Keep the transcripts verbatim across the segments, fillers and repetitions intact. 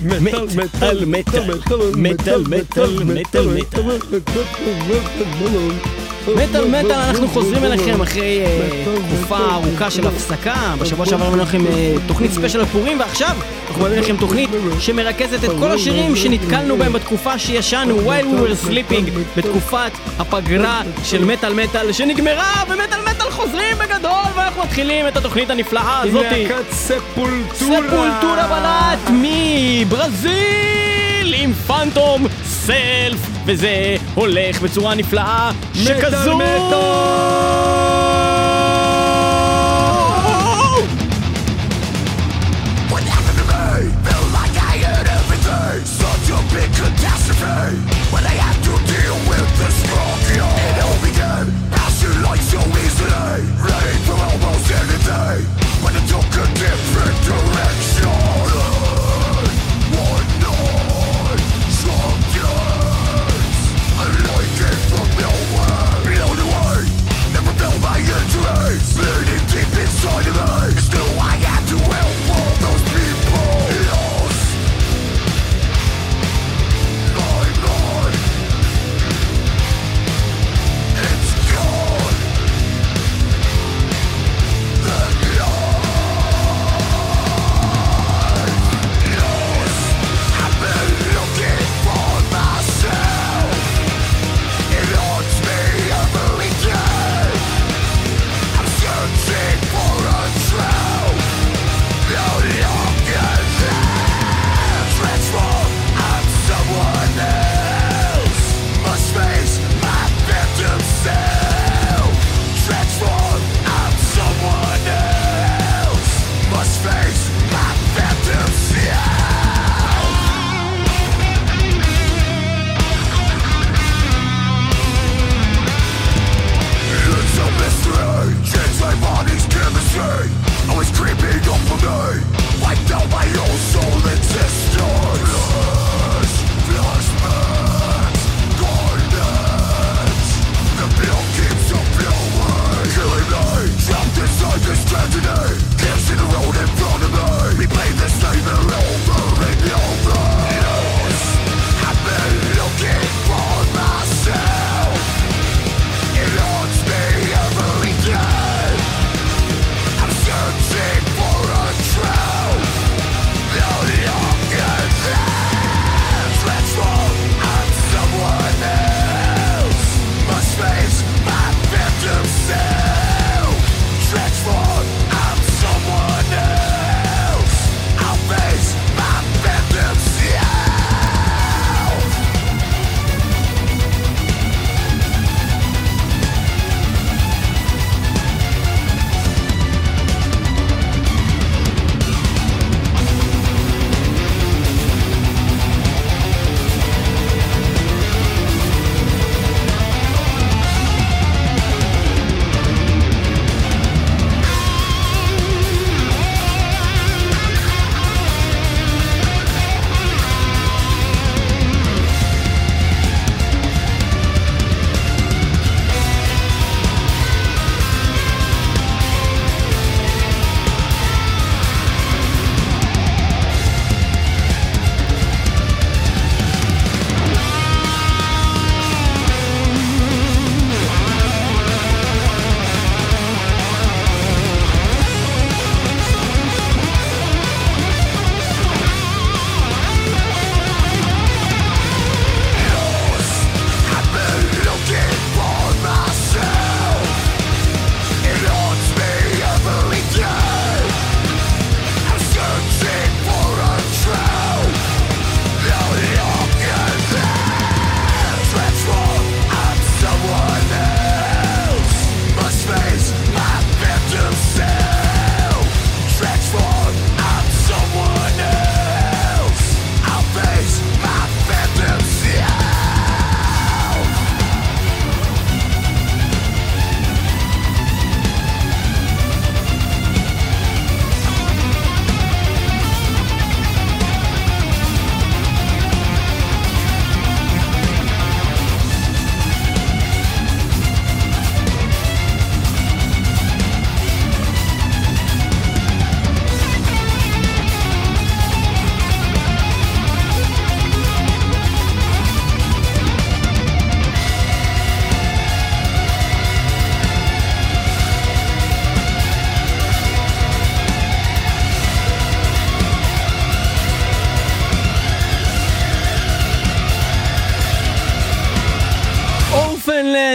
מטל מטל מטל מטל מטל מטל מטל מטל. אנחנו חוזרים אליכם אחרי תקופה ארוכה של הפסקה. בשבוע שעבר הבאנו לכם תוכנית ספיישל לפורים, ועכשיו אנחנו מביאים לכם תוכנית שמרכזת את כל השירים שנתקלנו בהם בתקופה שישנו while we were sleeping, בתקופת הפגרה של מטל מטל שנגמרה, ומטל מטל חוזרים בגדול, ואנחנו מתחילים את התוכנית הנפלאה הזאת. להקת ספולטורה ספולטורה בלט מברזיל עם פנטום סלף, וזה הולך בצורה נפלאה שכזו.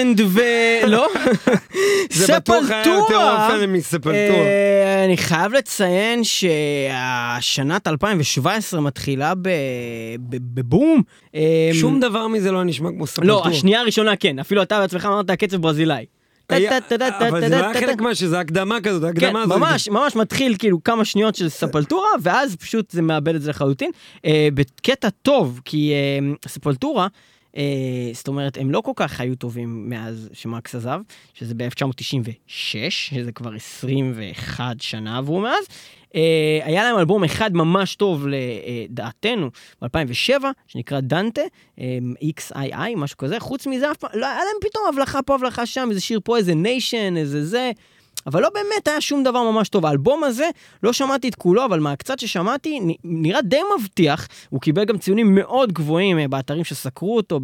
אנד ולא? זה בטוח היה יותר אופן מספלטורה. אני חייב לציין שהשנת אלפיים שבע עשרה מתחילה בבום. שום דבר מזה לא נשמע כמו ספלטורה. לא, השנייה הראשונה כן, אפילו אתה בעצמך אמרת הקצב ברזילאי. אבל זה לא היה חלק מה שזה הקדמה כזאת, הקדמה הזאת. ממש, ממש מתחיל כאילו כמה שניות של ספלטורה, ואז פשוט זה מאבד את זה לחלוטין. בקטע טוב, כי ספלטורה, זאת אומרת, הם לא כל כך היו טובים מאז שמקס עזב, שזה ב-אלף תשע מאות תשעים ושש, שזה כבר עשרים ואחת שנה עברו מאז. היה להם אלבום אחד ממש טוב לדעתנו, ב-אלפיים ושבע, שנקרא דנטה, אקס איי איי, משהו כזה. חוץ מזה, לא היה להם פתאום הבלחה פה, הבלחה שם, איזה שיר פה, איזה ניישן, איזה זה, אבל לא באמת היה שום דבר ממש טוב. האלבום הזה, לא שמעתי את כולו, אבל מהקצת ששמעתי, נראה די מבטיח. הוא קיבל גם ציונים מאוד גבוהים באתרים שסקרו אותו,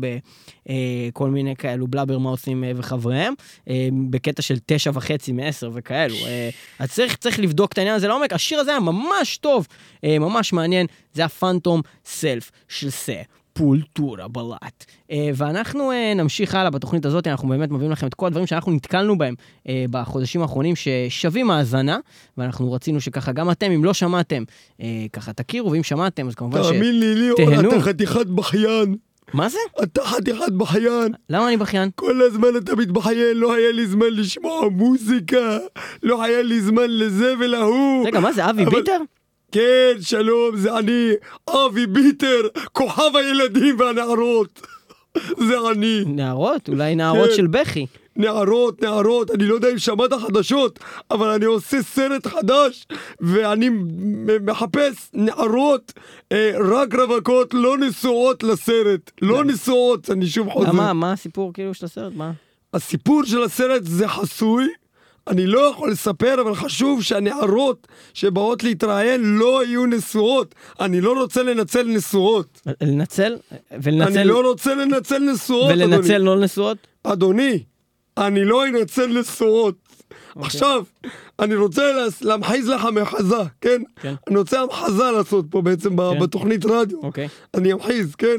בכל מיני כאלו בלאבר מאוסים וחבריהם, בקטע של תשע וחצי מעשר וכאלו. אז צריך, צריך לבדוק את העניין הזה לעומק. השיר הזה היה ממש טוב, ממש מעניין. זה הפנטום סלף של סה. פולטורה בלט. ואנחנו נמשיך הלאה בתוכנית הזאת, אנחנו באמת מביאים לכם את כל הדברים שאנחנו נתקלנו בהם בחודשים האחרונים ששווים האזנה, ואנחנו רצינו שככה גם אתם, אם לא שמעתם, ככה תכירו, ואם שמעתם, אז כמובן שתהנו. תאמין לי, ליאור, אתה חתיכת בחיין. מה זה? אתה חתיכת בחיין. למה אני בחיין? כל הזמן אתה מתבחיין, לא היה לי זמן לשמוע מוזיקה, לא היה לי זמן לזה ולהוא. רגע, מה זה, אבי ביטר? כן, שלום, זה אני, אבי ביטר, כוכב הילדים והנערות. זה אני. נערות? אולי נערות של בכי. נערות, נערות, אני לא יודע אם שמעת חדשות, אבל אני עושה סרט חדש, ואני מחפש נערות, רק רווקות, לא נשואות לסרט. לא נשואות, אני שוב חוזר. מה, מה הסיפור כאילו של הסרט? מה? הסיפור של הסרט זה חסוי, אני לא יכול לספר, אבל חשוב שהנערות שבאות להתראיין לא יהיו נשואות. אני לא רוצה לנצל נשואות. לנצל? ולנצל... אני לא רוצה לנצל נשואות, אדוני. ולנצל לא נשואות? אדוני, אני לא אנצל נשואות. עכשיו, אני רוצה להמחיז לך מחזה, כן? אני רוצה המחזה לעשות פה בעצם בתוכנית רדיו. אני אמחיז, כן?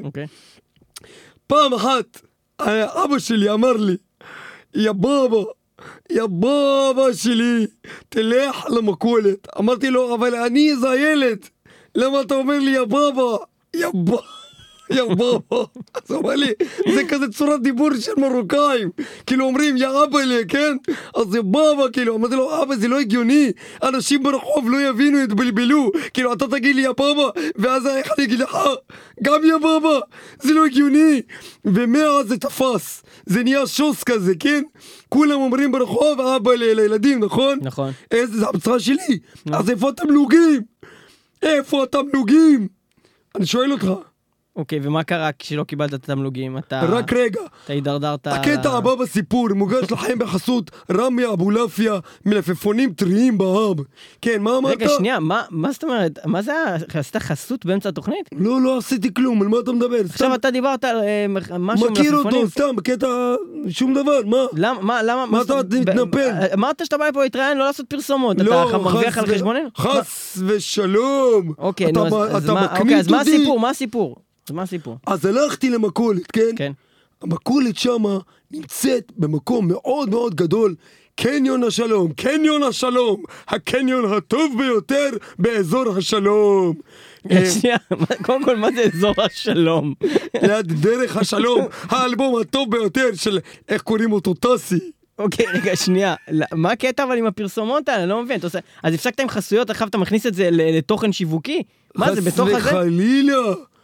פעם אחת, אבא שלי אמר לי, יא בבא, יא בבא שלי, תלך למכולת. אמרתי לו, אבל אני זה הילד. למה אתה אומר לי יא בבא? יא בבא. יא בבא. אז הוא אומר לי, זה כזה צורת דיבור של מרוקאים. כאילו אומרים, יא אבא לי, כן? אז יא בבא, כאילו, אמרתי לו, אבא, זה לא הגיוני. אנשים ברחוב לא יבינו, יתבלבלו. כאילו, אתה תגיד לי יא בבא, ואז איך אני אגיד לך, גם יא בבא. זה לא הגיוני. ומאז זה תפס. זה נהיה שוס כזה, כן? כולם אומרים ברחוב, אבא לילדים, נכון? נכון. איזה, זה המצרה שלי. אז איפה התמלוגים? איפה התמלוגים? אני שואל אותך. אוקיי, ומה קרה כשלא קיבלת את התמלוגים? אתה... רק רגע. אתה הידרדרת... הקטע הבא בסיפור מוגש לכם בחסות רמי אבולעפיה, מלפפונים טריים בהאב. כן, מה אמרת? רגע, שנייה, מה, מה זאת אומרת? מה זה היה? עשית חסות באמצע התוכנית? לא, לא עשיתי כלום, על מה אתה מדבר? עכשיו אתה דיברת על משהו מכיר אותו, סתם, בקטע שום דבר, מה? למה, למה? מה אתה מתנפל? אמרת שאתה בא פה להתראיין, לא לעשות פרסומות, אתה מרוויח על חשבוננו? חס ושלום. אוקיי, אז מה הסיפור? מה הסיפור? אז מה הסיפור? אז הלכתי למכולת, כן? כן. המכולת שמה נמצאת במקום מאוד מאוד גדול, קניון השלום, קניון השלום, הקניון הטוב ביותר באזור השלום. שנייה, קודם כל מה זה אזור השלום? ליד דרך השלום, האלבום הטוב ביותר של, איך קוראים אותו, טסי. אוקיי, רגע, שנייה, מה הקטע אבל עם הפרסומות האלה? אני לא מבין, אז הפסקת עם חסויות, עכשיו אתה מכניס את זה לתוכן שיווקי? מה זה, בתוך הזה? חס וחלילה.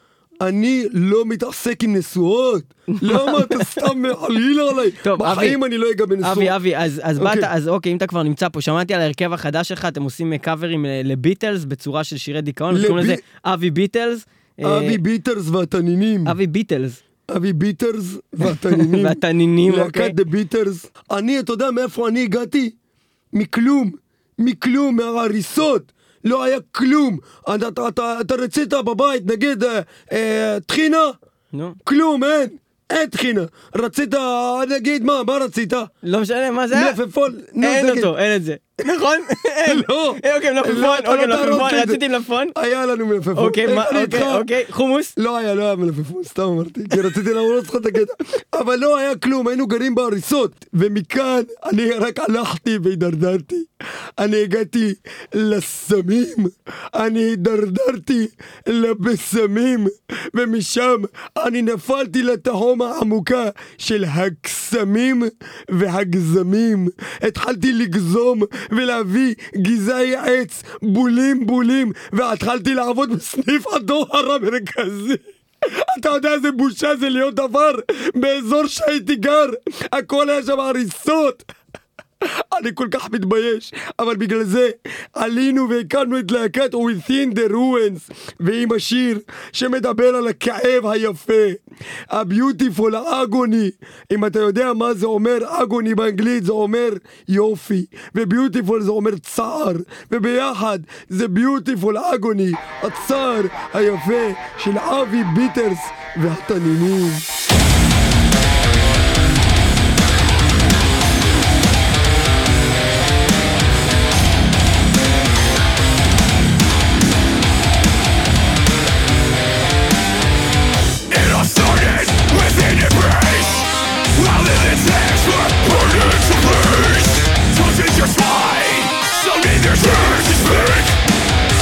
אני לא מתעסק עם נשואות. למה אתה סתם מחלילה עליי? בחיים אני לא אגע בנשואות. אבי, אבי, אז באת, אז אוקיי, אם אתה כבר נמצא פה, שמעתי על ההרכב החדש שלך, אתם עושים קאברים לביטלס בצורה של שירי דיכאון, וקוראים לזה אבי ביטלס. אבי ביטלס והתנינים. אבי ביטלס. אבי ביטלס והתנינים. והתנינים, אוקיי. להקת דה ביטלס. אני, אתה יודע מאיפה אני הגעתי? מכלום. מכלום, מההריסות. לא היה כלום. אתה, אתה, אתה, אתה רצית בבית, נגיד, אה, אה, תחינה? נו. כלום, אין. אין תחינה. רצית, נגיד, מה, מה רצית? לא משנה, מה זה? מלפפון. אין אותו, אין את זה. נכון? לא. אוקיי, מלפפון, אוקיי, מלפפון, רציתי מלפפון. היה לנו מלפפון. אוקיי, אוקיי, אוקיי, חומוס? לא היה, לא היה מלפפון, סתם אמרתי, כי רציתי להראות לך את הקטע. אבל לא היה כלום, היינו גרים בהריסות, ומכאן אני רק הלכתי והידרדרתי. אני הגעתי לסמים, אני הידרדרתי לבסמים, ומשם אני נפלתי לתהום העמוקה של הקסמים והגזמים. התחלתי לגזום ולהביא גזעי עץ, בולים בולים, והתחלתי לעבוד בסניף הדואר המרכזי. אתה יודע איזה בושה זה להיות דבר באזור שהייתי גר, הכל היה שם הריסות. אני כל כך מתבייש, אבל בגלל זה עלינו והקמנו את להקת Within the Ruins, ועם השיר שמדבר על הכאב היפה, ה-Beautiful Agony. אם אתה יודע מה זה אומר Agony באנגלית, זה אומר יופי, ו-Beautiful זה אומר צער, וביחד זה Beautiful Agony, הצער היפה של אבי ביטרס והתנינים.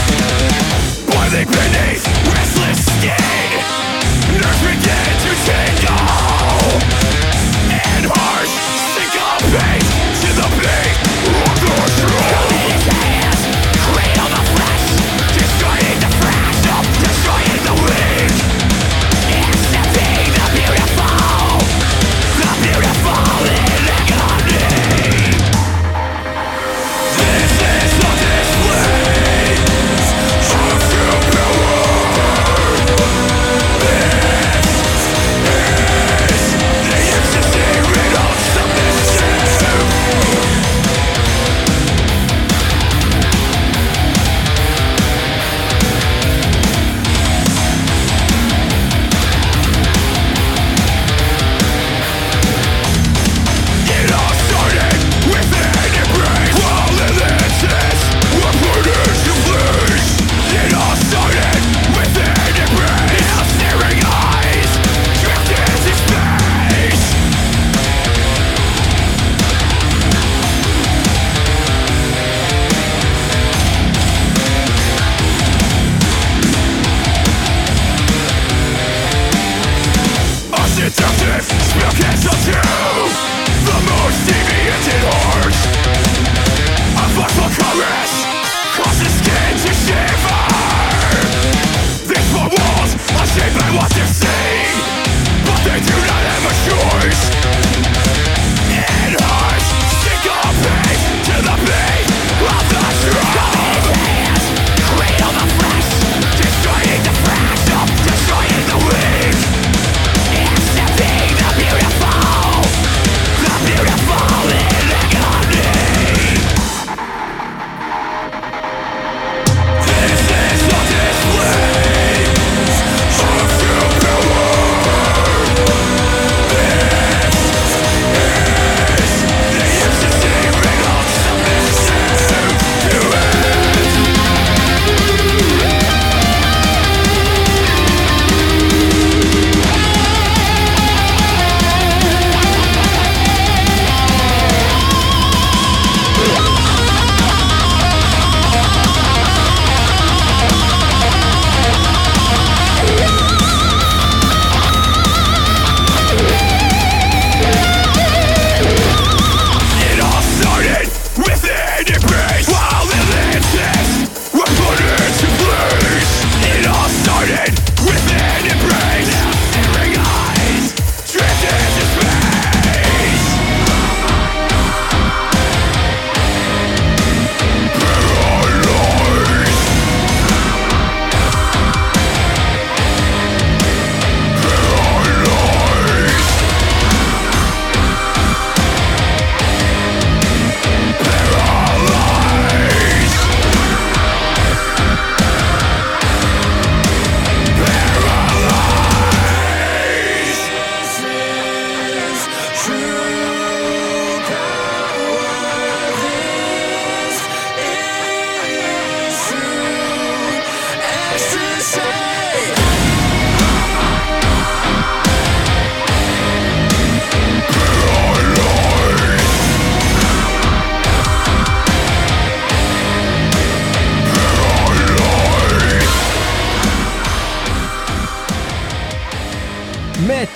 Beneath restless skin, nerves begin to change.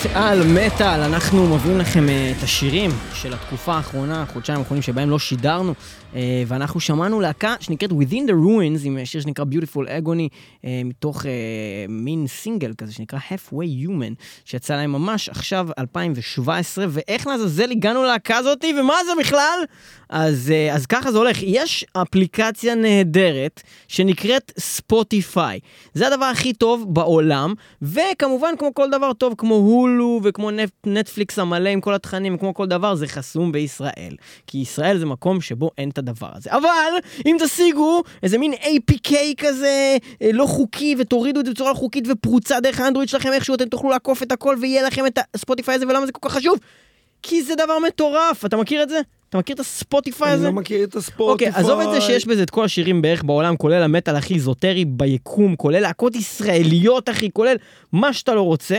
על מטל, אנחנו מביאים לכם את השירים של התקופה האחרונה, החודשיים האחרונים שבהם לא שידרנו, ואנחנו שמענו להקה שנקראת Within the Ruins, עם שיר שנקרא Beautiful Agony, מתוך מין סינגל כזה שנקרא Halfway Human, שיצא להם ממש עכשיו אלפיים שבע עשרה, ואיך נעזאזל הגענו להקה הזאת, ומה זה בכלל? אז, אז ככה זה הולך. יש אפליקציה נהדרת שנקראת ספוטיפיי. זה הדבר הכי טוב בעולם, וכמובן כמו כל דבר טוב, כמו הולו וכמו נטפליקס המלא עם כל התכנים, כמו כל דבר, זה חסום בישראל. כי ישראל זה מקום שבו אין את הדבר הזה. אבל אם תשיגו איזה מין איי פי קיי כזה לא חוקי, ותורידו את זה בצורה חוקית ופרוצה דרך האנדרואיד שלכם איכשהו, אתם תוכלו לעקוף את הכל ויהיה לכם את הספוטיפיי הזה. ולמה זה כל כך חשוב? כי זה דבר מטורף. אתה מכיר את זה? אתה מכיר את הספוטיפיי הזה? אני לא מכיר את הספוטיפיי. אוקיי, עזוב את זה שיש בזה את כל השירים בערך בעולם, כולל המטל הכי זוטרי ביקום, כולל להקות ישראליות הכי, כולל מה שאתה לא רוצה.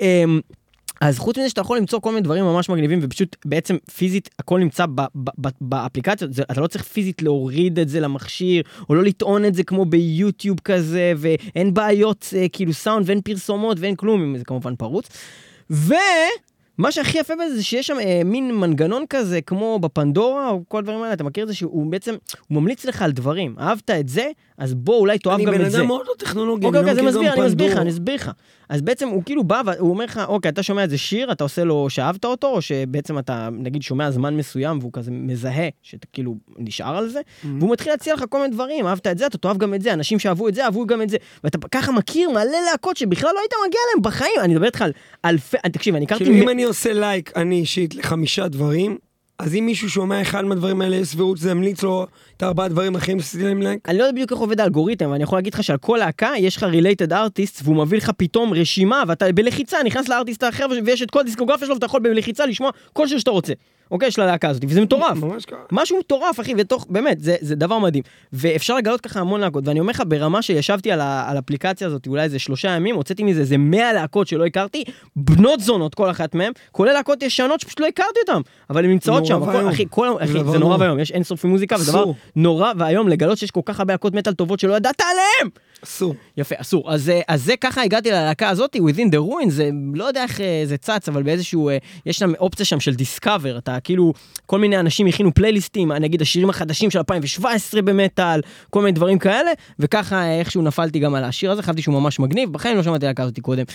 אז חוץ מזה שאתה יכול למצוא כל מיני דברים ממש מגניבים, ופשוט בעצם פיזית הכל נמצא באפליקציות, אתה לא צריך פיזית להוריד את זה למכשיר, או לא לטעון את זה כמו ביוטיוב כזה, ואין בעיות כאילו סאונד, ואין פרסומות, ואין כלום, זה כמובן פרוץ. ו... מה שהכי יפה בזה זה שיש שם אה, מין מנגנון כזה, כמו בפנדורה, או כל הדברים האלה, אתה מכיר את זה שהוא בעצם, הוא ממליץ לך על דברים. אהבת את זה, אז בוא אולי תאהב גם את זה. אני בן אדם מאוד לא טכנולוגי, אוקיי, אוקיי, זה מסביר, אני מסביר לך, אני מסביר לך. אז בעצם הוא כאילו בא, והוא אומר לך, אוקיי, אתה שומע איזה שיר, אתה עושה לו שאהבת אותו, או שבעצם אתה, נגיד, שומע זמן מסוים, והוא כזה מזהה, שאתה כאילו נשאר על זה, והוא מתחיל להציע לך כל מיני דברים, אהבת את זה, אתה תאהב גם את זה, אנשים שאהבו את זה, אהבו גם את זה. ואתה ככה מכיר מלא להקות שבכלל לא היית מגיע להם בחיים. אני מדבר איתך על אלפי, תקשיב, אני הכרתי אם אני עושה לייק, אני אישית לחמישה דברים, אז אם מישהו שומע אחד מהדברים האלה, יש סבירות, זה המליץ לו את ארבעה דברים אחרים שעשיתי להם לייק. אני לא יודע בדיוק איך עובד האלגוריתם, אבל אני יכול להגיד לך שעל כל להקה יש לך related artists, והוא מביא לך פתאום רשימה, ואתה בלחיצה נכנס לארטיסט האחר, ויש את כל דיסקוגרפיה שלו, ואתה יכול בלחיצה לשמוע כל שיר שאתה רוצה. אוקיי, של הלהקה הזאת, וזה מטורף. ממש ככה. משהו מטורף, אחי, ותוך, באמת, זה, זה דבר מדהים. ואפשר לגלות ככה המון להקות, ואני אומר לך, ברמה שישבתי על, ה, על האפליקציה הזאת, אולי איזה שלושה ימים, הוצאתי מזה איזה מאה להקות שלא הכרתי, בנות זונות כל אחת מהם, כולל להקות ישנות שפשוט לא הכרתי אותם, אבל הן נמצאות שם, וכל, אחי, כל, אחי, זה נורא והיום, יש אין סוף מוזיקה, וזה דבר נורא והיום לגלות שיש כל כך הרבה להקות מטל טובות שלא ידעת עליהם. אסור. יפה, אסור. אז, אז זה ככה הגעתי ללהקה הזאת, Within the Ruins, זה לא יודע איך זה צץ, אבל באיזשהו, יש שם אופציה שם של דיסקאבר, אתה כאילו, כל מיני אנשים הכינו פלייליסטים, נגיד השירים החדשים של אלפיים שבע עשרה במטל, כל מיני דברים כאלה, וככה איכשהו נפלתי גם על השיר הזה, חשבתי שהוא ממש מגניב, בחיים לא שמעתי להקה הזאת קודם.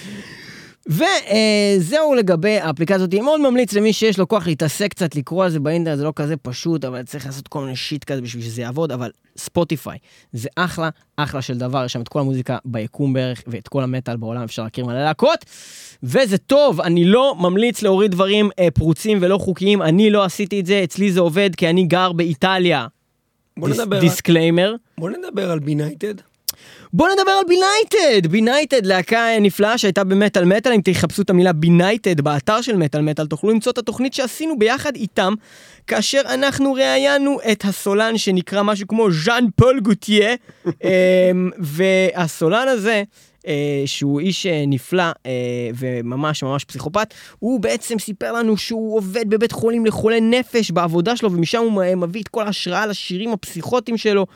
וזהו לגבי האפליקציה הזאת, מאוד ממליץ למי שיש לו כוח להתעסק קצת, לקרוא על זה באינטרנט, זה לא כזה פשוט, אבל צריך לעשות כל מיני שיט כזה בשביל שזה יעבוד, אבל ספוטיפיי, זה אחלה, אחלה של דבר, יש שם את כל המוזיקה ביקום בערך, ואת כל המטל בעולם אפשר להכיר מלא להקות, וזה טוב, אני לא ממליץ להוריד דברים אה, פרוצים ולא חוקיים, אני לא עשיתי את זה, אצלי זה עובד, כי אני גר באיטליה. בוא דיס, נדבר דיסקליימר. על, בוא נדבר על בינייטד. בוא נדבר על בינייטד, בינייטד, להקה נפלאה שהייתה במטל מטל, אם תחפשו את המילה בינייטד באתר של מטל מטל, תוכלו למצוא את התוכנית שעשינו ביחד איתם, כאשר אנחנו ראיינו את הסולן שנקרא משהו כמו ז'אן פול גוטייה, והסולן הזה, שהוא איש נפלא וממש ממש פסיכופת, הוא בעצם סיפר לנו שהוא עובד בבית חולים לחולי נפש בעבודה שלו, ומשם הוא מביא את כל ההשראה לשירים הפסיכוטיים שלו,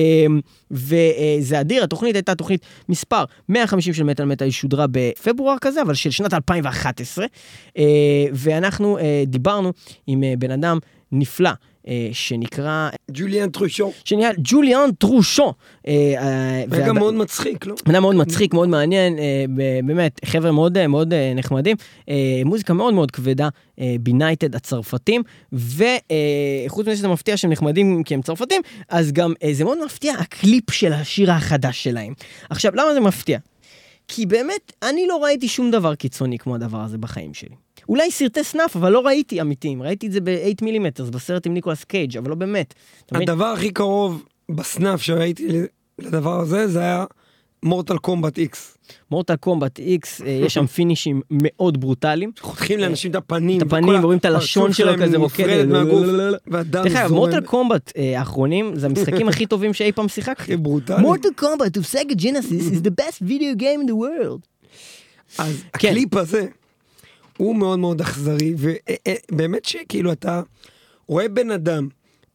וזה אדיר. התוכנית הייתה תוכנית מספר מאה וחמישים של מטל מטל, היא שודרה בפברואר כזה, אבל של שנת אלפיים ואחת עשרה, ואנחנו דיברנו עם בן אדם נפלא, שנקרא ג'וליאן טרושון, שנקרא ג'וליאן טרושון, וגם מאוד מצחיק, לא? אדם מאוד מצחיק, מאוד מעניין, באמת, חבר'ה מאוד מאוד נחמדים, מוזיקה מאוד מאוד כבדה, בינייטד הצרפתים, וחוץ מזה שזה מפתיע שהם נחמדים כי הם צרפתים, אז גם זה מאוד מפתיע הקליפ של השיר החדש שלהם. עכשיו, למה זה מפתיע? כי באמת, אני לא ראיתי שום דבר קיצוני כמו הדבר הזה בחיים שלי. אולי סרטי סנאפ, אבל לא ראיתי אמיתיים. ראיתי את זה ב-שמונה מילימטר, בסרט עם ניקולס קייג', אבל לא באמת. הדבר הכי קרוב בסנאפ שראיתי לדבר הזה, זה היה מורטל קומבט איקס. מורטל קומבט איקס, יש שם פינישים מאוד ברוטליים. חותכים לאנשים את הפנים. את הפנים, ורואים את הלשון שלו כזה רוקד. דרך אגב, מורטל קומבט האחרונים, זה המשחקים הכי טובים שאי פעם שיחקתי. הכי ברוטלי. מורטל קומבט of Sega Genesis is the best video game in the world. אז הקליפ הזה, הוא מאוד מאוד אכזרי, ובאמת שכאילו אתה רואה בן אדם,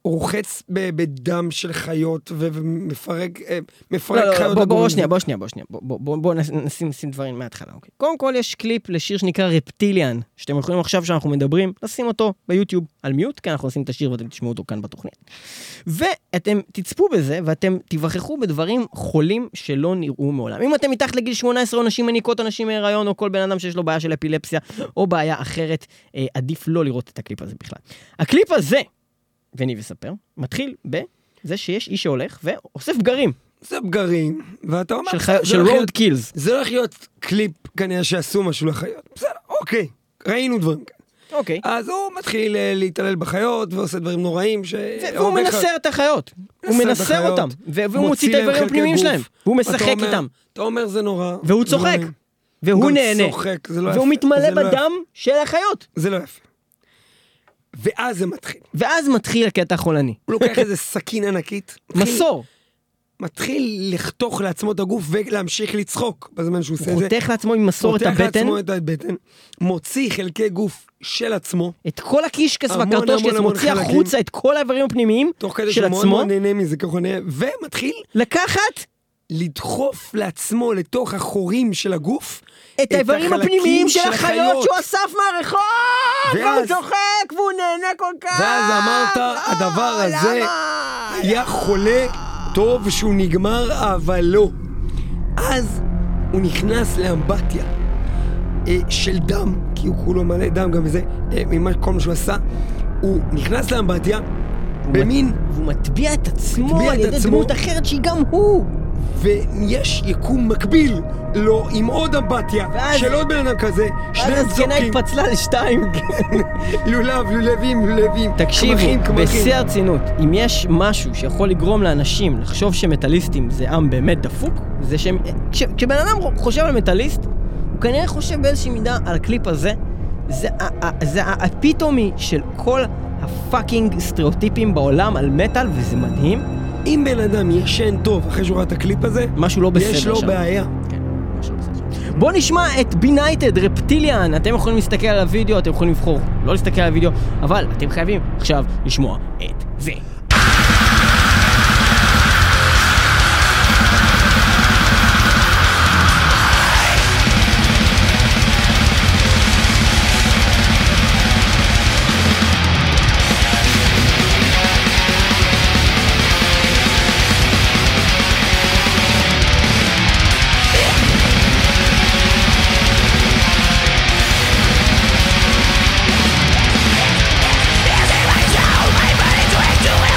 רוחץ בדם של חיות ומפרק חיות. בוא שנייה, בוא שנייה, בוא שנייה. בוא נשים דברים מההתחלה. קודם כל יש קליפ לשיר שנקרא רפטיליאן, שאתם יכולים עכשיו שאנחנו מדברים, לשים אותו ביוטיוב על מיוט, כי אנחנו עושים את השיר ואתם תשמעו אותו כאן בתוכנית. ואתם תצפו בזה, ואתם תיווכחו בדברים חולים שלא נראו מעולם. אם אתם מתחת לגיל שמונה עשרה, או נשים מניקות, או נשים מהיריון, או כל בן אדם שיש לו בעיה של אפילפסיה, או בעיה אחרת, עדיף לא לראות את הקליפ הזה בכלל. הקליפ הזה, וניב יספר, מתחיל בזה שיש איש שהולך ואוסף גרים. אוסף גרים, ואתה אומר... של רוד קילס. זה הולך להיות קליפ כנראה שעשו משהו לחיות. בסדר, אוקיי, ראינו דברים כאלה. אוקיי. אז הוא מתחיל להתעלל בחיות, ועושה דברים נוראים ש... והוא מנסר את החיות. הוא מנסר אותם. והוא מוציא את האיברים הפנימיים שלהם. והוא משחק איתם. אתה אומר זה נורא. והוא צוחק. והוא נהנה. והוא מתמלא בדם של החיות. זה לא יפה. ואז זה מתחיל. ואז מתחיל הקטע החולני. הוא לוקח איזה סכין ענקית. מסור. מתחיל לחתוך לעצמו את הגוף ולהמשיך לצחוק בזמן שהוא עושה את זה. הוא חותך לעצמו עם מסור את הבטן. חותך לעצמו את הבטן. מוציא חלקי גוף של עצמו. את כל הקישקס והקרטושקס, מוציא החוצה את כל האיברים הפנימיים של עצמו. תוך כדי שהוא מאוד מאוד נהנה מזה ככה נהנה. ומתחיל לקחת, לדחוף לעצמו לתוך החורים של הגוף. את האיברים הפנימיים של החיות שהוא אסף מהרחוב. והוא צוחק והוא נהנה כל כך. ואז אמרת, הדבר הזה היה חולה טוב שהוא נגמר, אבל לא. אז הוא נכנס לאמבטיה של דם, כי הוא כולו מלא דם גם בזה, כל מה שהוא עשה. הוא נכנס לאמבטיה במין... והוא מטביע את עצמו על ידי דמות אחרת שהיא גם הוא. ויש יקום מקביל לו עם עוד אמבטיה של עוד בן אדם כזה, שניהם צוחקים. אז הזקנה התפצלה לשתיים. לולב, לולבים, לולבים. תקשיבו, בשיא הרצינות, אם יש משהו שיכול לגרום לאנשים לחשוב שמטליסטים זה עם באמת דפוק, זה שהם... כשבן אדם חושב על מטליסט, הוא כנראה חושב באיזושהי מידה על הקליפ הזה, זה האפיטומי של כל הפאקינג סטריאוטיפים בעולם על מטל, וזה מדהים. אם בן אדם ישן טוב אחרי שורת הקליפ הזה, משהו לא בסדר. יש לו שם בעיה. כן, משהו לא בסדר. בוא נשמע את בינייטד, רפטיליאן. אתם יכולים להסתכל על הוידאו, אתם יכולים לבחור לא להסתכל על הוידאו, אבל אתם חייבים עכשיו לשמוע את זה. Do it!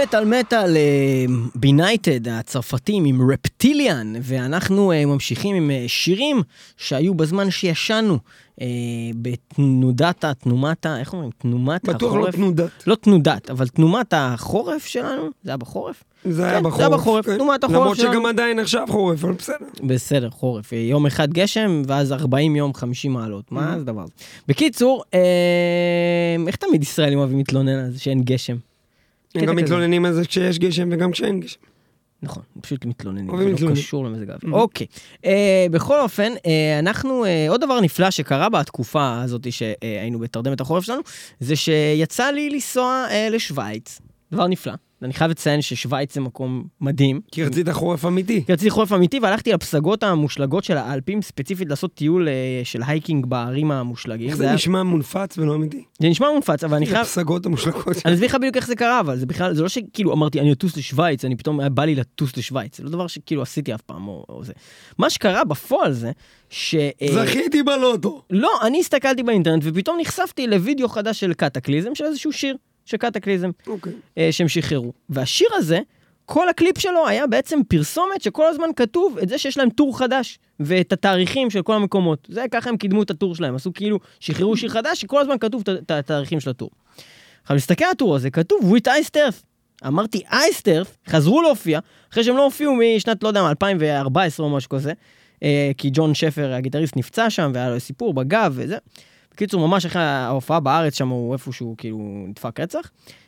מטל מטל בינייטד, הצרפתים עם רפטיליאן, ואנחנו ממשיכים עם שירים שהיו בזמן שישנו, בתנודת, תנומת, איך אומרים? תנומת החורף. בטוח לא תנודת. לא תנודת, אבל תנומת החורף שלנו, זה היה בחורף? זה היה בחורף. זה היה בחורף, תנומת החורף למרות שגם עדיין עכשיו חורף, אבל בסדר. בסדר, חורף. יום אחד גשם, ואז ארבעים יום, חמישים מעלות. מה זה דבר הזה? בקיצור, איך תמיד ישראלים אוהבים להתלונן על זה שאין גשם? הם גם מתלוננים על זה כשיש גשם וגם כשאין גשם. נכון, פשוט מתלוננים. זה לא קשור למזג האוויר. אוקיי. בכל אופן, אנחנו, עוד דבר נפלא שקרה בתקופה הזאת שהיינו בתרדמת החורף שלנו, זה שיצא לי לנסוע לשוויץ. דבר נפלא. אני חייב לציין ששוויץ זה מקום מדהים. כי רצית חורף אמיתי. כי רציתי חורף אמיתי, והלכתי לפסגות המושלגות של האלפים, ספציפית לעשות טיול של הייקינג בערים המושלגים. איך זה נשמע מונפץ ולא אמיתי? זה נשמע מונפץ, אבל אני חייב... הפסגות המושלגות. אני אסביר לך בדיוק איך זה קרה, אבל זה בכלל, זה לא שכאילו אמרתי, אני אטוס לשוויץ, אני פתאום בא לי לטוס לשוויץ. זה לא דבר שכאילו עשיתי אף פעם או זה. מה שקרה בפועל זה, ש... זכיתי בלוטו. לא, אני הסתכלתי באינטרנט, ופתאום נחשפתי לוידאו חדש של קטקליזם, של איזשהו שיר. של קטקליזם, okay. שהם שחררו. והשיר הזה, כל הקליפ שלו היה בעצם פרסומת שכל הזמן כתוב את זה שיש להם טור חדש, ואת התאריכים של כל המקומות. זה ככה הם קידמו את הטור שלהם, עשו כאילו שחררו שיר חדש, שכל הזמן כתוב את התאריכים של הטור. עכשיו, מסתכל על הטור הזה, כתוב with ice turf. אמרתי, ice turf, חזרו להופיע, אחרי שהם לא הופיעו משנת, לא יודע, אלפיים וארבע עשרה או משהו כזה, כי ג'ון שפר, הגיטריסט, נפצע שם, והיה לו סיפור בגב וזה. בקיצור, ממש אחרי ההופעה בארץ, שם הוא איפשהו כאילו נדפק רצח.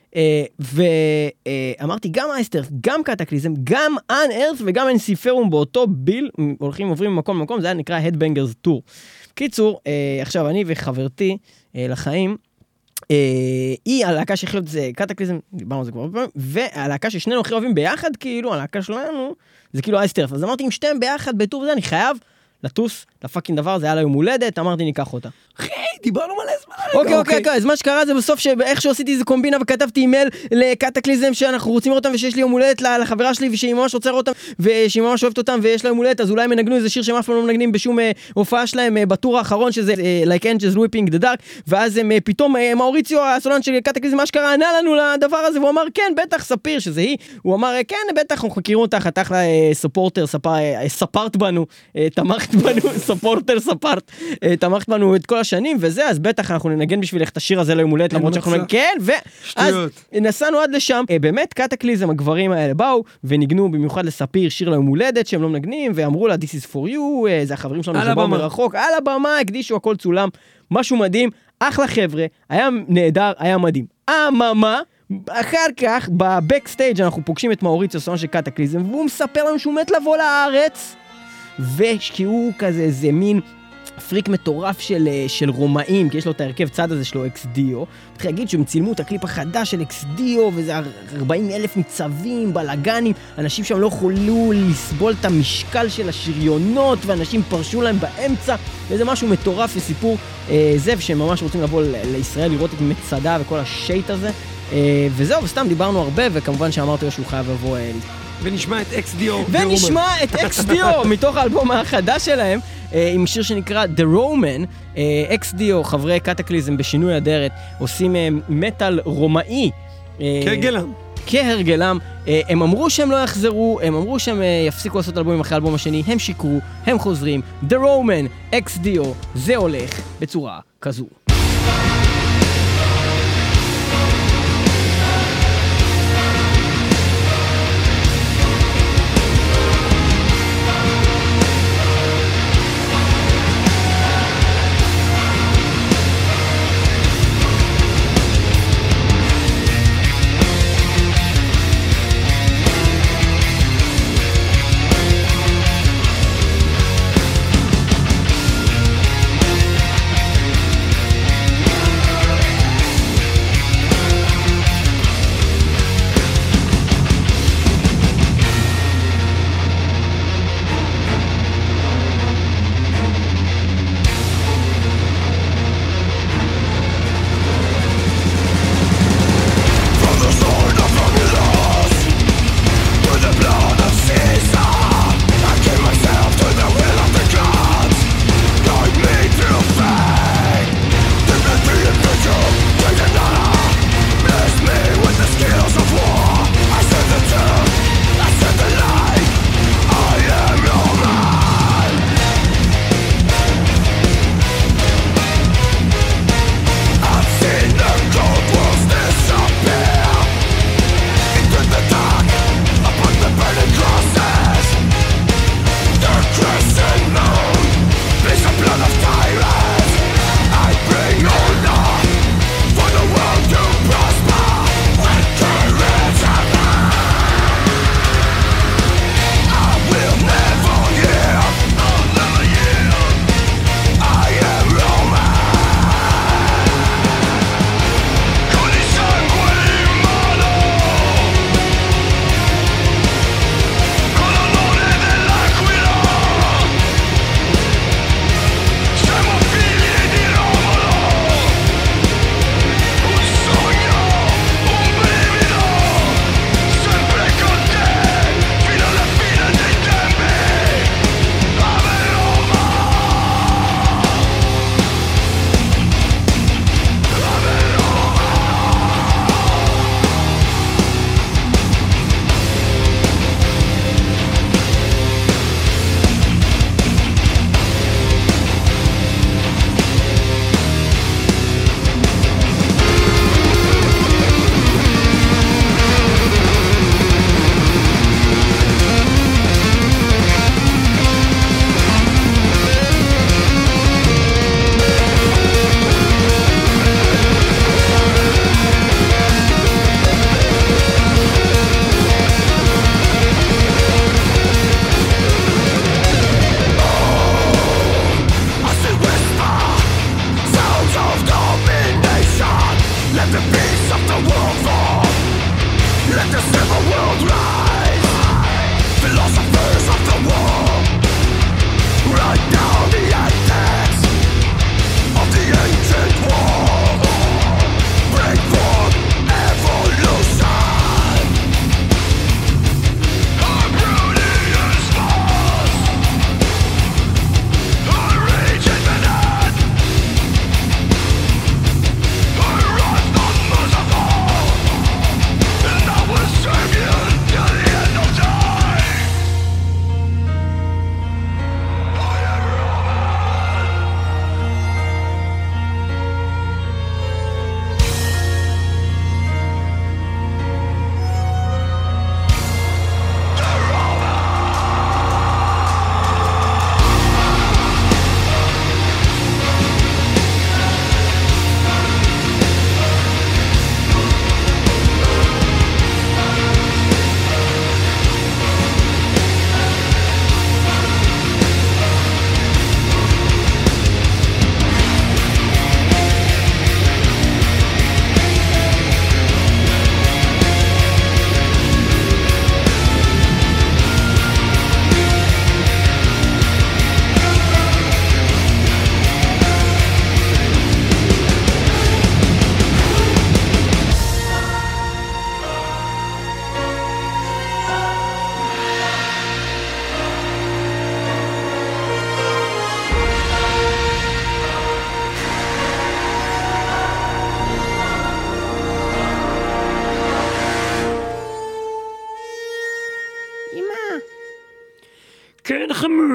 ואמרתי, גם אייסטרף, גם קטקליזם, גם אן ארת' וגם אנסיפרום באותו ביל, הולכים ועוברים ממקום למקום, זה היה נקרא Headbangers Tour. בקיצור, עכשיו אני וחברתי לחיים, היא הלהקה שהכי אוהבת זה קטקליזם, דיברנו על זה כבר פעם, והלהקה ששנינו הכי אוהבים ביחד, כאילו, הלהקה שלנו, זה כאילו אייסטרף. אז אמרתי, אם שתיהם ביחד בטור זה, אני חייב לטוס לפאקינג דבר, זה היה לה יום הולדת, אמרתי ניקח אותה. אחי, דיברנו מלא זמן. אוקיי, אוקיי, אוקיי, אז מה שקרה זה בסוף שאיך שעשיתי איזה קומבינה וכתבתי אימייל לקטקליזם שאנחנו רוצים לראות אותם ושיש לי יום הולדת לחברה שלי ושהיא ממש רוצה לראות אותם ושהיא ממש אוהבת אותם ויש לה יום הולדת, אז אולי מנגנו איזה שיר שהם אף פעם לא מנגנים בשום הופעה שלהם בטור האחרון שזה Like Angels Weeping the Dark, ואז הם פתאום מאוריציו, הסולן של קטקליזם, מה שקרה, ענה לנו לדבר הזה והוא אמר כן, בטח, ספיר שזה היא, הוא אמר כן, בטח, אנחנו מכירים אותך, אתה אחלה ספורטר, ספרת בנו, תמכת בנו, ספורטר, ספרת, תמכת בנו את כל השנים וזה, אז בטח אנחנו ננגן בשבילך את השיר הזה ליום הולדת, למרות שאנחנו נגן, כן, ואז נסענו עד לשם, באמת קטקליזם, הגברים האלה באו וניגנו במיוחד לספיר שיר ליום הולדת שהם לא מנגנים, ואמרו לה This is for you, זה החברים שלנו שבאו מרחוק, על הבמה, הקדישו, הכל צולם, משהו מדהים, אחלה חבר'ה, היה נהדר, היה מדהים. אממה, אחר כך, בבקסטייג' אנחנו פוגשים את מאוריציו, סולן של קטקליזם, והוא מספר לנו שהוא מת לבוא לארץ, ושהוא כזה איזה מין פריק מטורף של, של רומאים, כי יש לו את ההרכב צד הזה שלו, אקס-דיו. צריך להגיד שהם צילמו את הקליפ החדש של אקס-דיו, וזה ארבעים אלף ניצבים, בלגנים, אנשים שם לא יכולו לסבול את המשקל של השריונות, ואנשים פרשו להם באמצע, וזה משהו מטורף וסיפור אה, זב, שהם ממש רוצים לבוא ל- לישראל, לראות את מצדה וכל השייט הזה, אה, וזהו, וסתם דיברנו הרבה, וכמובן שאמרתי לו שהוא חייב לבוא אה, ונשמע את אקס-דיו. ונשמע את אקס-דיו, מתוך האלבום החדש שלהם, עם שיר שנקרא The Roman. אקס-דיו, חברי קטקליזם בשינוי אדרת, עושים מטל רומאי. כהרגלם. כהרגלם. הם אמרו שהם לא יחזרו, הם אמרו שהם יפסיקו לעשות אלבומים אחרי האלבום השני, הם שיקרו, הם חוזרים. The Roman, אקס-דיו, זה הולך בצורה כזו.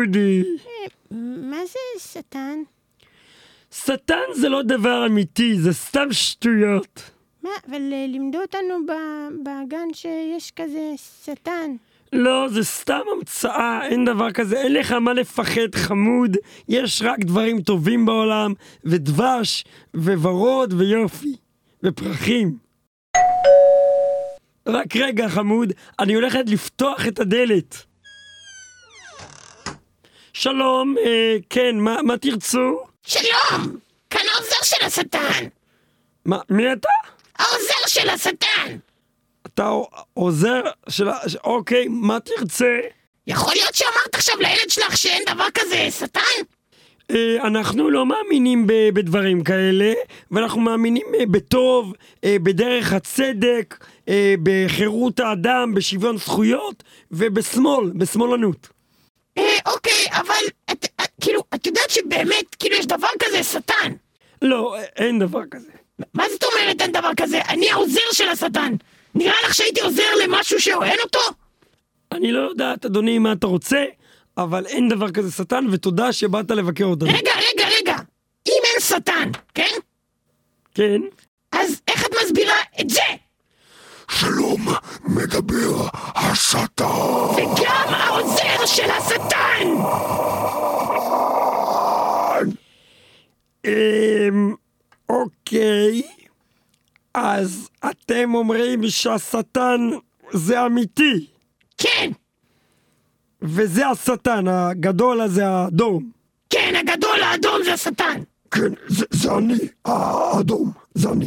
אודי. מה זה שטן? שטן זה לא דבר אמיתי, זה סתם שטויות. מה? אבל לימדו אותנו בגן שיש כזה שטן. לא, זה סתם המצאה, אין דבר כזה, אין לך מה לפחד חמוד, יש רק דברים טובים בעולם, ודבש, וורוד, ויופי, ופרחים. רק רגע חמוד, אני הולכת לפתוח את הדלת. שלום, אה, כן, מה, מה תרצו? שלום, כאן העוזר של השטן. מה, מי אתה? העוזר של השטן. אתה עוזר של... אוקיי, מה תרצה? יכול להיות שאמרת עכשיו לילד שלך שאין דבר כזה שטן? אה, אנחנו לא מאמינים ב- בדברים כאלה, ואנחנו מאמינים אה, בטוב, אה, בדרך הצדק, אה, בחירות האדם, בשוויון זכויות, ובשמאל, בשמאלנות. אה, אוקיי, אבל את, את, כאילו, את יודעת שבאמת, כאילו יש דבר כזה שטן? לא, אין דבר כזה. מה זאת אומרת אין דבר כזה? אני העוזר של השטן. נראה לך שהייתי עוזר למשהו שאוהן אותו? אני לא יודעת, אדוני, מה אתה רוצה, אבל אין דבר כזה שטן, ותודה שבאת לבקר אותנו. רגע, רגע, רגע. אם אין שטן, כן? כן. אז איך את מסבירה את זה? שלום, מדבר השטן. וגם העוזר של השטן! אמ... אוקיי. אז אתם אומרים שהשטן זה אמיתי. כן. וזה השטן, הגדול הזה, האדום. כן, הגדול האדום זה השטן. כן, זה, זה אני, האדום, זה אני.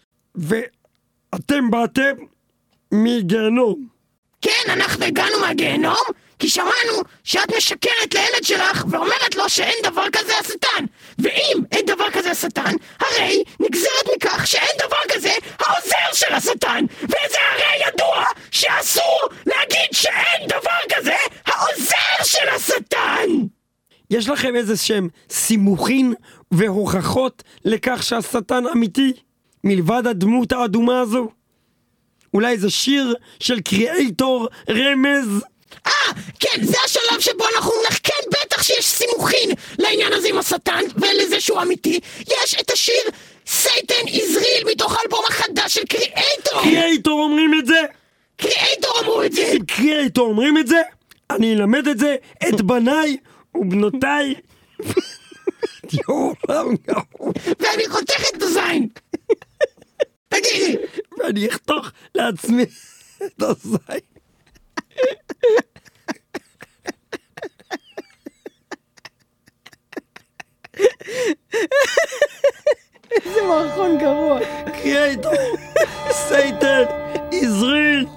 ואתם באתם מגיהנום. כן, אנחנו הגענו מהגיהנום, כי שמענו שאת משקרת לילד שלך ואומרת לו שאין דבר כזה השטן. ואם אין דבר כזה השטן, הרי נגזרת מכך שאין דבר כזה העוזר של השטן. וזה הרי ידוע שאסור להגיד שאין דבר כזה העוזר של השטן. יש לכם איזה שהם סימוכין והוכחות לכך שהשטן אמיתי? מלבד הדמות האדומה הזו? אולי איזה שיר של קריאייטור רמז? אה, כן, זה השלב שבו אנחנו נחכן, בטח שיש סימוכין לעניין הזה עם השטן ולזה שהוא אמיתי. יש את השיר סייטן איזריל מתוך האלבום החדש של קריאייטור. קריאייטור אומרים את זה? קריאייטור אמרו את זה. אם קריאייטור אומרים את זה, אני אלמד את זה את בניי ובנותיי. ואני חותך את הזין. תגידי. ואני אחתוך לעצמי את הזין. איזה מערכון גרוע. קריאייטור, סייטן, איזריל.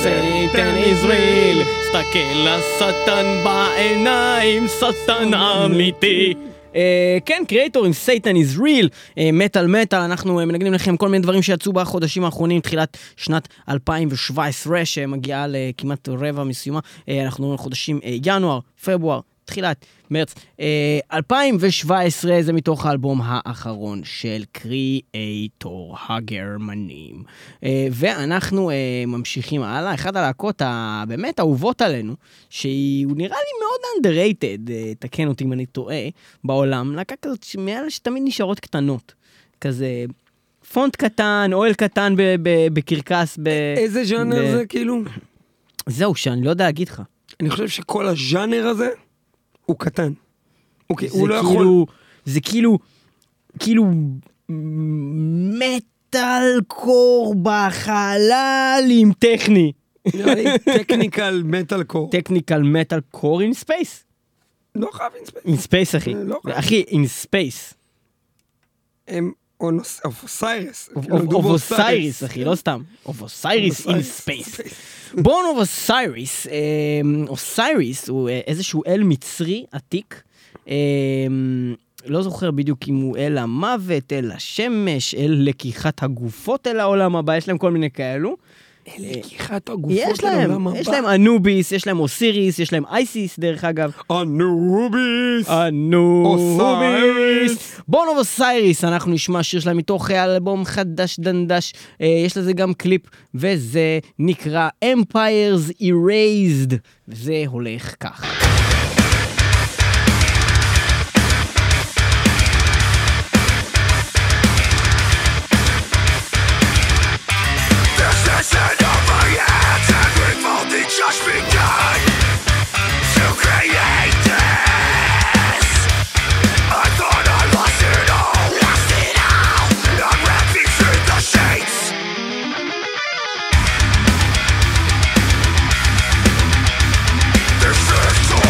Satan is real, סתכל לשטן בעיניים, שטן אמיתי. כן, קריאטור עם Satan is real, מטל מטל, אנחנו מנגנים לכם כל מיני דברים שיצאו בחודשים האחרונים, תחילת שנת אלפיים שבע עשרה, שמגיעה לכמעט רבע מסיומה, אנחנו חודשים ינואר, פברואר, תחילת מרץ, אלפיים שבע עשרה, זה מתוך האלבום האחרון של קריאטור הגרמנים. ואנחנו ממשיכים הלאה, אחד הלהקות הבאמת אהובות עלינו, שהוא נראה לי מאוד underrated, תקן אותי אם אני טועה, בעולם, להקה כזאת שמעלה שתמיד נשארות קטנות, כזה פונט קטן, אוהל קטן בקרקס. איזה ז'אנר זה כאילו? זהו, שאני לא יודע להגיד לך. אני חושב שכל הז'אנר הזה, הוא קטן. אוקיי, הוא לא כאילו, יכול... זה כאילו, כאילו, מטל קור בחלל עם טכני. טכניקל מטל קור. טכניקל מטל קור עם ספייס. לא חייב עם ספייס. עם ספייס, אחי. אחי, עם ספייס. הם אובוסייריס. אובוסייריס, אחי, לא סתם. אובוסייריס עם ספייס. בורן אובוסייריס, אוסייריס הוא איזשהו אל מצרי עתיק, לא זוכר בדיוק אם הוא אל המוות, אל השמש, אל לקיחת הגופות אל העולם הבא, יש להם כל מיני כאלו. אל לקיחת הגופות אל העולם הבא. יש להם אנוביס, יש להם אוסיריס, יש להם אייסיס דרך אגב. אנוביס! אנוביס! בורן אובוסייריס, אנחנו נשמע שיר שלהם מתוך אלבום חדש דנדש, יש לזה גם קליפ, וזה נקרא Empires Erased, וזה הולך כך. Just begun to create this. I thought I lost it all, lost it all. I'm wrapped between the sheets. This is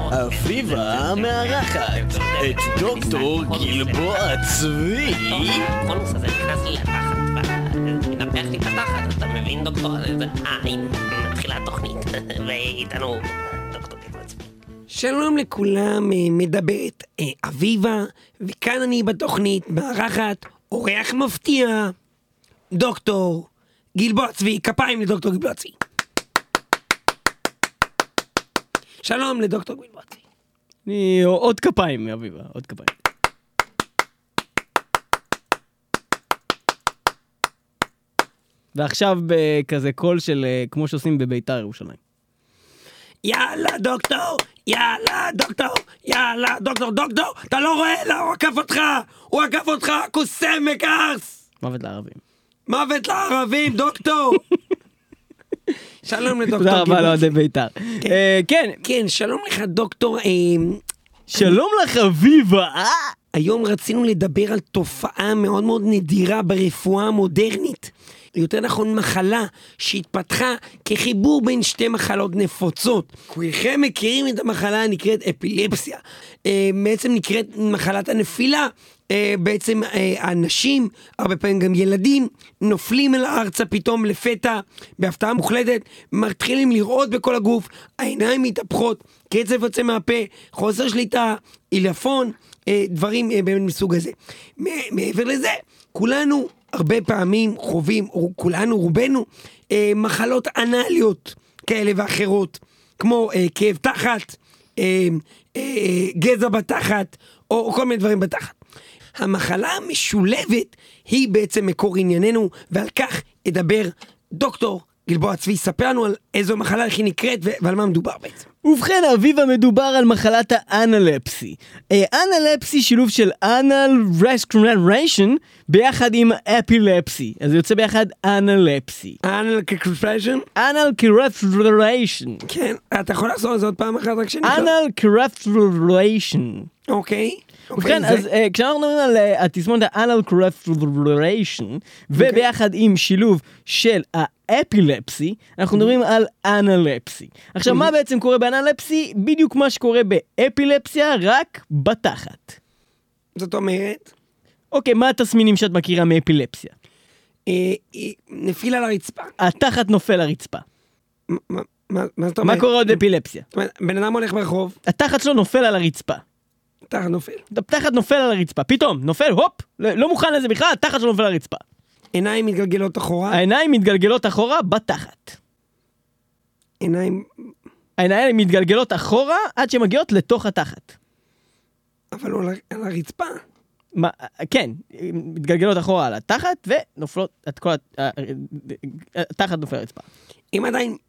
אביבה מארחת את דוקטור גלבוע צבי. הקונוס הזה נכנס לי לתחת, מנפח לי את התחת, אתה מבין דוקטור? אה, מתחילה התוכנית, ואיתנו דוקטור גלבוע צבי. שלום לכולם, מדברת אביבה, וכאן אני בתוכנית מארחת אורח מפתיע, דוקטור גלבוע צבי. כפיים לדוקטור גלבוע צבי. שלום לדוקטור גלבוע צבי. אני עוד כפיים, אביבה, עוד כפיים. ועכשיו בכזה קול של, כמו שעושים בביתר ירושלים. יאללה דוקטור, יאללה דוקטור, יאללה דוקטור, דוקטור, אתה לא רואה? לא, הוא עקף אותך, הוא עקף אותך, קוסם מקרס. מוות לערבים. מוות לערבים, דוקטור. שלום לדוקטור. תודה רבה לאוהדי ביתר. כן. כן, שלום לך דוקטור. שלום לך אביבה. היום רצינו לדבר על תופעה מאוד מאוד נדירה ברפואה המודרנית. יותר נכון מחלה שהתפתחה כחיבור בין שתי מחלות נפוצות. כולכם מכירים את המחלה הנקראת אפילפסיה. בעצם נקראת מחלת הנפילה. בעצם האנשים, הרבה פעמים גם ילדים, נופלים אל הארצה פתאום לפתע, בהפתעה מוחלטת, מתחילים לראות בכל הגוף, העיניים מתהפכות, קצף יוצא מהפה, חוסר שליטה, עילפון, דברים מסוג הזה. מעבר לזה, כולנו הרבה פעמים חווים, או כולנו, רובנו, מחלות אנליות כאלה ואחרות, כמו כאב תחת, גזע בתחת, או כל מיני דברים בתחת. המחלה המשולבת היא בעצם מקור ענייננו, ועל כך אדבר דוקטור גלבוע צבי. ספר לנו על איזו מחלה, איך היא נקראת ועל מה מדובר בעצם. ובכן אביבה, מדובר על מחלת האנלפסי. אנלפסי שילוב של אנל רסקרנריישן ביחד עם אפילפסי, אז זה יוצא ביחד אנלפסי. אנל קרפריישן? אנל קרפריישן. כן, אתה יכול לעשות את זה עוד פעם אחת רק שנקרא? אנל קרפריישן. אוקיי. ובכן, אז כשאנחנו מדברים על התסמונת האנל קרפריישן, וביחד עם שילוב של האפילפסי, אנחנו מדברים על אנלפסי. עכשיו, מה בעצם קורה באנלפסי? בדיוק מה שקורה באפילפסיה, רק בתחת. זאת אומרת? אוקיי, מה התסמינים שאת מכירה מאפילפסיה? נפיל על הרצפה. התחת נופל לרצפה. מה זאת אומרת? מה קורה עוד באפילפסיה? בן אדם הולך ברחוב. התחת שלו נופל על הרצפה. תחת נופל. תחת נופל על הרצפה, פתאום, נופל, הופ, לא מוכן לזה בכלל, תחת שלו נופל על הרצפה. עיניים מתגלגלות אחורה? העיניים מתגלגלות אחורה בתחת. עיניים... העיניים מתגלגלות אחורה עד שמגיעות לתוך התחת. אבל לא על הרצפה. מה, כן, מתגלגלות אחורה על התחת ונופלות את כל התחת נופל על הרצפה. אם עדיין...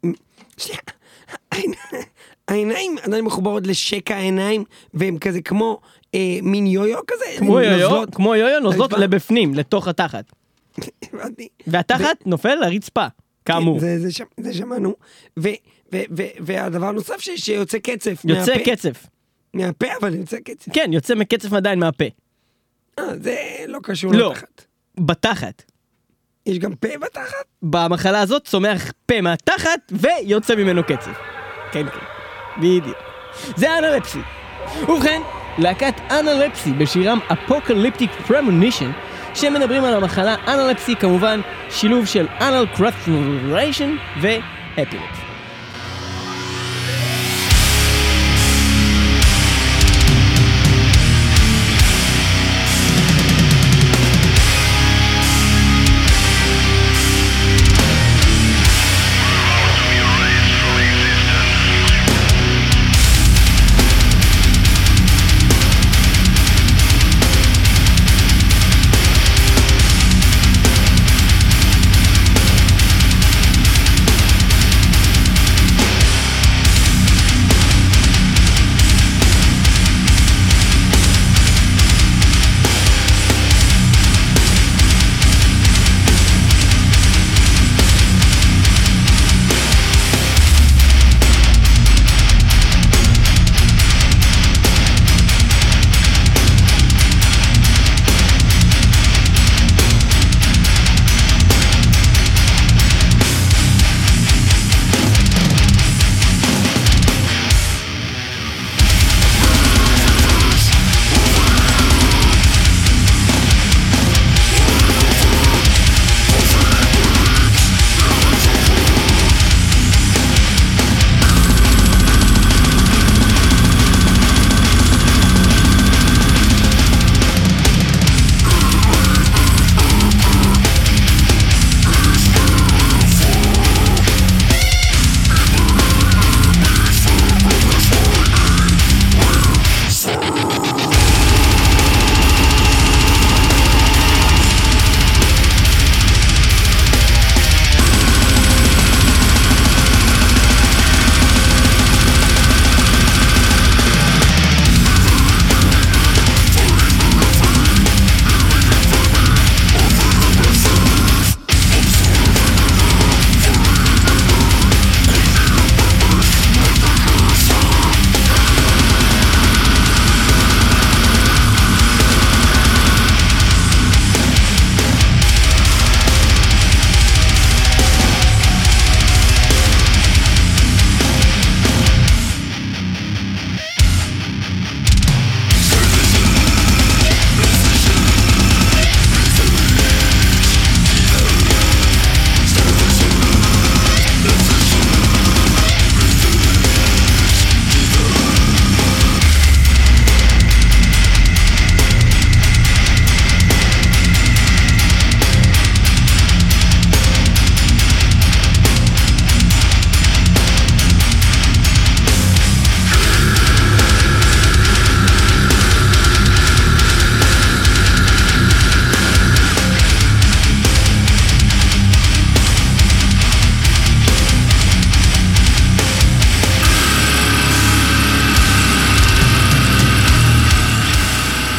העיניים עדיין מחוברות לשקע העיניים, והם כזה כמו אה, מין יו-יו כזה. כמו יו-יו, כמו יו-יו נוזלות לבפנים, לתוך התחת. והתחת ו... נופל לרצפה, כאמור. זה, זה, זה שמענו. ו, ו, ו, והדבר הנוסף ש, שיוצא קצף. יוצא מהפה. קצף. מהפה, אבל יוצא קצף. כן, יוצא מקצף עדיין מהפה. אה, זה לא קשור לא, לתחת. בתחת. יש גם פה בתחת? במחלה הזאת צומח פה מהתחת ויוצא ממנו קצף. כן, כן. בדיוק. זה אנלפסי. ובכן, להקת אנלפסי בשירם אפוקליפטיק פרמונישן, שמדברים על המחלה אנלפסי, כמובן שילוב של אנל קרפריישן ואפילפסי.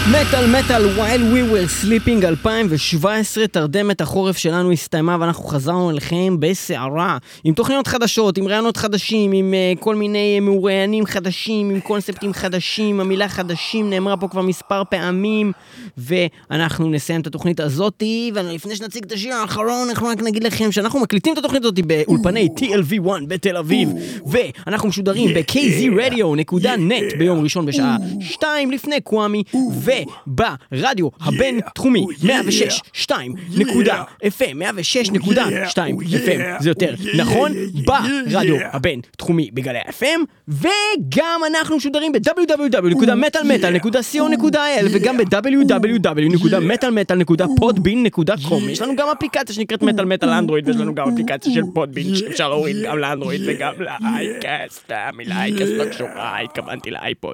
מטל מטל while we were sleeping אלפיים שבע עשרה, תרדמת החורף שלנו הסתיימה ואנחנו חזרנו אליכם בסערה עם תוכניות חדשות, עם רעיונות חדשים, עם uh, כל מיני מרואיינים חדשים, עם קונספטים חדשים. המילה חדשים נאמרה פה כבר מספר פעמים, ואנחנו נסיים את התוכנית הזאת. ולפני שנציג את השיר האחרון אנחנו רק נגיד לכם שאנחנו מקליטים את התוכנית הזאת באולפני טי אל וי אחת בתל אביב, ואנחנו משודרים ב-קיי זי רדיו נקודה נט ביום ראשון בשעה שתיים לפני קוואמי, וברדיו הבין תחומי מאה ושש נקודה שתיים נקודה אף אם, מאה ושש נקודה שתיים אף אם זה יותר נכון, ברדיו הבין תחומי בגלי ה-אף אם, וגם אנחנו משודרים ב-דאבליו דאבליו דאבליו נקודה מטל מטל נקודה סי או נקודה איי אל וגם ב-דאבליו דאבליו דאבליו נקודה מטל מטל נקודה פודבין נקודה קום. יש לנו גם אפליקציה שנקראת מטל מטל אנדרואיד, ויש לנו גם אפליקציה של פודבין שאפשר להוריד גם לאנדרואיד וגם לאייקסט. המילה אייקסט לא קשורה, התכוונתי לאייפוד.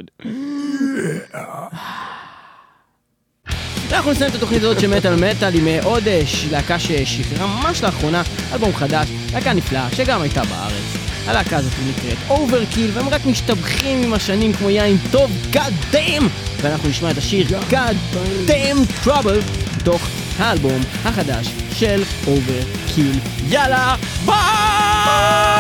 אנחנו נסיים את התוכנית הזאת של מטל מטל עם עוד להקה ששחררה ממש לאחרונה אלבום חדש, להקה נפלאה שגם הייתה בארץ. הלהקה הזאת נקראת אוברקיל, והם רק משתבחים עם השנים כמו יין טוב, God damn! ואנחנו נשמע את השיר God damn trouble בתוך האלבום החדש של אוברקיל. יאללה, ביי!